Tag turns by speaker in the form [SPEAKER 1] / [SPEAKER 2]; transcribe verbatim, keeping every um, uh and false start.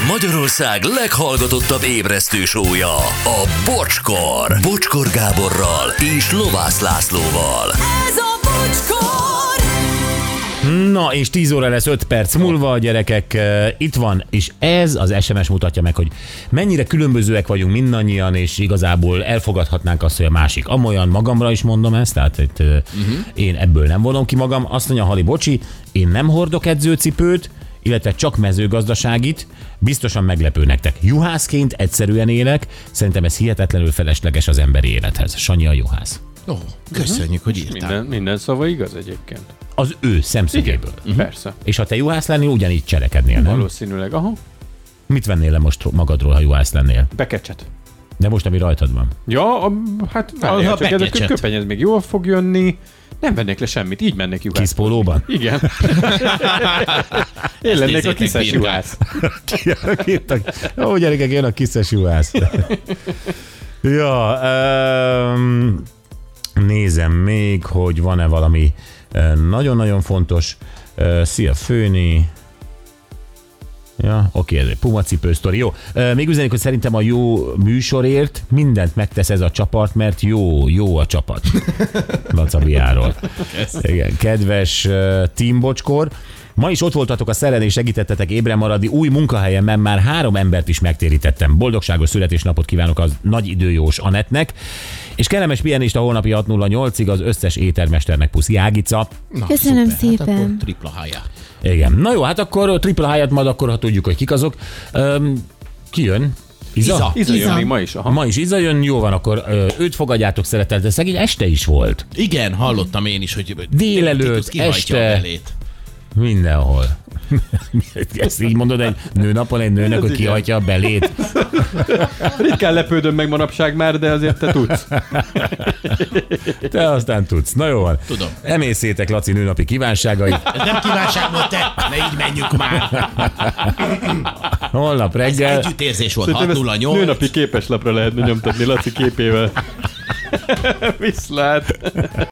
[SPEAKER 1] Magyarország leghallgatottabb ébresztő show-ja, a Bocskor. Bocskor Gáborral és Lovász Lászlóval.
[SPEAKER 2] Ez a Bocskor!
[SPEAKER 3] Na, és tíz óra lesz öt perc múlva, a gyerekek, uh, itt van, és ez az es em es mutatja meg, hogy mennyire különbözőek vagyunk mindannyian, és igazából elfogadhatnánk azt, hogy a másik amolyan, magamra is mondom ezt, tehát itt, uh, uh-huh. én ebből nem vonom ki magam. Azt mondja Hali, bocsi, én nem hordok edzőcipőt, illetve csak mezőgazdaságit, biztosan meglepő nektek. Juhászként egyszerűen élek, szerintem ez hihetetlenül felesleges az emberi élethez. Sanyi a juhász.
[SPEAKER 4] Ó, oh, köszönjük, hogy írtál.
[SPEAKER 5] Minden, minden szava igaz egyébként.
[SPEAKER 3] Az ő szemszögéből.
[SPEAKER 5] Uh-huh. Persze.
[SPEAKER 3] És ha te juhász lennél, ugyanígy cselekednél, nem?
[SPEAKER 5] Valószínűleg, aha.
[SPEAKER 3] Mit vennél le most magadról, ha juhász lennél?
[SPEAKER 5] Bekecset.
[SPEAKER 3] De most, ami rajtad van.
[SPEAKER 5] Ja, a, hát várjál,
[SPEAKER 4] a
[SPEAKER 5] csak ez a
[SPEAKER 4] bekecset.
[SPEAKER 5] köpeny, ez még jól fog jönni. Nem vennék le semmit, így mennék juhász.
[SPEAKER 3] Kis pólóban?
[SPEAKER 5] Igen. Én lennék a
[SPEAKER 4] nézzétek,
[SPEAKER 5] kiszes
[SPEAKER 4] birkát.
[SPEAKER 5] juhász.
[SPEAKER 3] Ó, gyerekek, jön a kiszes juhász. Ja, um, nézem még, hogy van-e valami uh, nagyon-nagyon fontos. Uh, szia, Főni. Ja, oké, ez egy Puma cipő sztori. Jó, uh, még üzenik, hogy szerintem a jó műsorért mindent megtesz ez a csapat, mert jó, jó a csapat. Lacabiáról. Igen, kedves uh, Team Bocskor, ma is ott voltatok a szeren és segítettetek ébren maradni új munkahelyemen, már három embert is megtérítettem. Boldogságos születésnapot kívánok az nagy időjós Anettnek, és kellemes pihenést a holnapi hat nulla nyolcig az összes étermesternek. Puszi, Ágica.
[SPEAKER 4] Na,
[SPEAKER 6] Köszönöm
[SPEAKER 4] szuper. Hát
[SPEAKER 6] szépen.
[SPEAKER 4] akkor tripla hája.
[SPEAKER 3] Igen. Na jó, hát akkor tripla hájat majd akkor, ha tudjuk, hogy kik azok. Um, ki jön? Iza?
[SPEAKER 4] Iza.
[SPEAKER 5] Iza jön
[SPEAKER 6] Iza.
[SPEAKER 5] még ma is, aha.
[SPEAKER 3] Ma is Iza jön, jó van, akkor ö, őt fogadjátok szeretettel, de szegény este is volt.
[SPEAKER 4] Igen, hallottam én is, hogy
[SPEAKER 3] Délelőtt,
[SPEAKER 4] Titus kihajtja
[SPEAKER 3] este.
[SPEAKER 4] a belét.
[SPEAKER 3] Mindenhol. Ezt így mondod egy nőnapon egy nőnek, hogy kihajtja a belét.
[SPEAKER 5] Ritkán lepődöm meg manapság már, de azért te tudsz.
[SPEAKER 3] Te aztán tudsz. Na jó van.
[SPEAKER 4] Tudom.
[SPEAKER 3] Emészétek Laci nőnapi kívánságait.
[SPEAKER 4] Ez nem kívánság volt, te! Ne így menjünk már!
[SPEAKER 3] Holnap
[SPEAKER 4] Ez
[SPEAKER 3] reggel.
[SPEAKER 4] együttérzés volt,
[SPEAKER 5] Szerintem
[SPEAKER 4] hat nulla
[SPEAKER 5] ezt
[SPEAKER 4] nyolc.
[SPEAKER 5] nőnapi képeslapra lehetne nyomtatni Laci képével. Viszlát.